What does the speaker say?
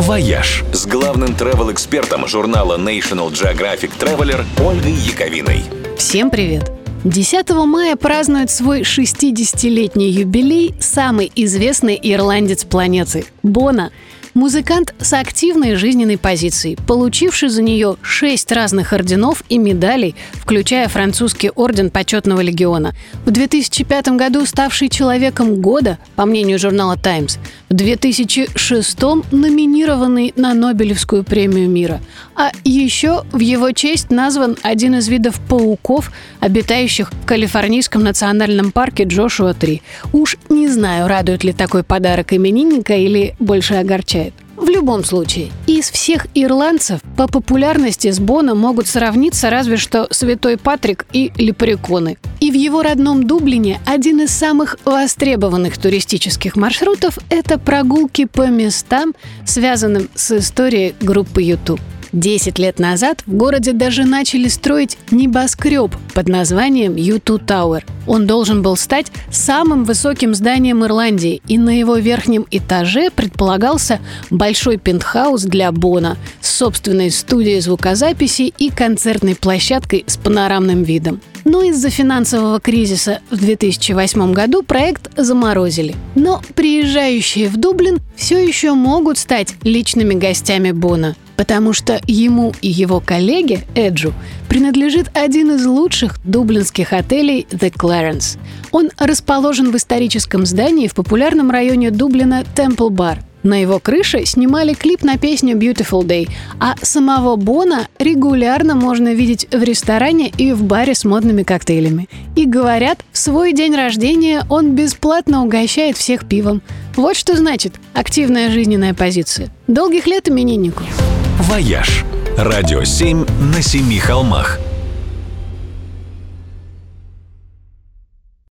«Вояж» с главным travel-экспертом журнала National Geographic Traveler Ольгой Яковиной. Всем привет! 10 мая празднует свой 60-летний юбилей самый известный ирландец планеты – Боно. Музыкант с активной жизненной позицией, получивший за нее 6 разных орденов и медалей, включая французский орден Почетного легиона. В 2005 году ставший человеком года, по мнению журнала «Таймс», в 2006 номинированный на Нобелевскую премию мира. А еще в его честь назван один из видов пауков, обитающих в Калифорнийском национальном парке Джошуа-3. Уж не знаю, радует ли такой подарок именинника или больше огорчает. В любом случае, из всех ирландцев по популярности с Боно могут сравниться разве что Святой Патрик и лепреконы. И в его родном Дублине один из самых востребованных туристических маршрутов – это прогулки по местам, связанным с историей группы U2. 10 лет назад в городе даже начали строить небоскреб под названием U2 Tower. Он должен был стать самым высоким зданием Ирландии, и на его верхнем этаже предполагался большой пентхаус для Боно с собственной студией звукозаписи и концертной площадкой с панорамным видом. Но из-за финансового кризиса в 2008 году проект заморозили. Но приезжающие в Дублин все еще могут стать личными гостями Боно, потому что ему и его коллеге Эджу принадлежит один из лучших дублинских отелей The Clarence. Он расположен в историческом здании в популярном районе Дублина Temple Bar. На его крыше снимали клип на песню Beautiful Day, а самого Боно регулярно можно видеть в ресторане и в баре с модными коктейлями. И говорят, в свой день рождения он бесплатно угощает всех пивом. Вот что значит активная жизненная позиция. Долгих лет имениннику! «Вояж» – радио 7 на 7 холмах.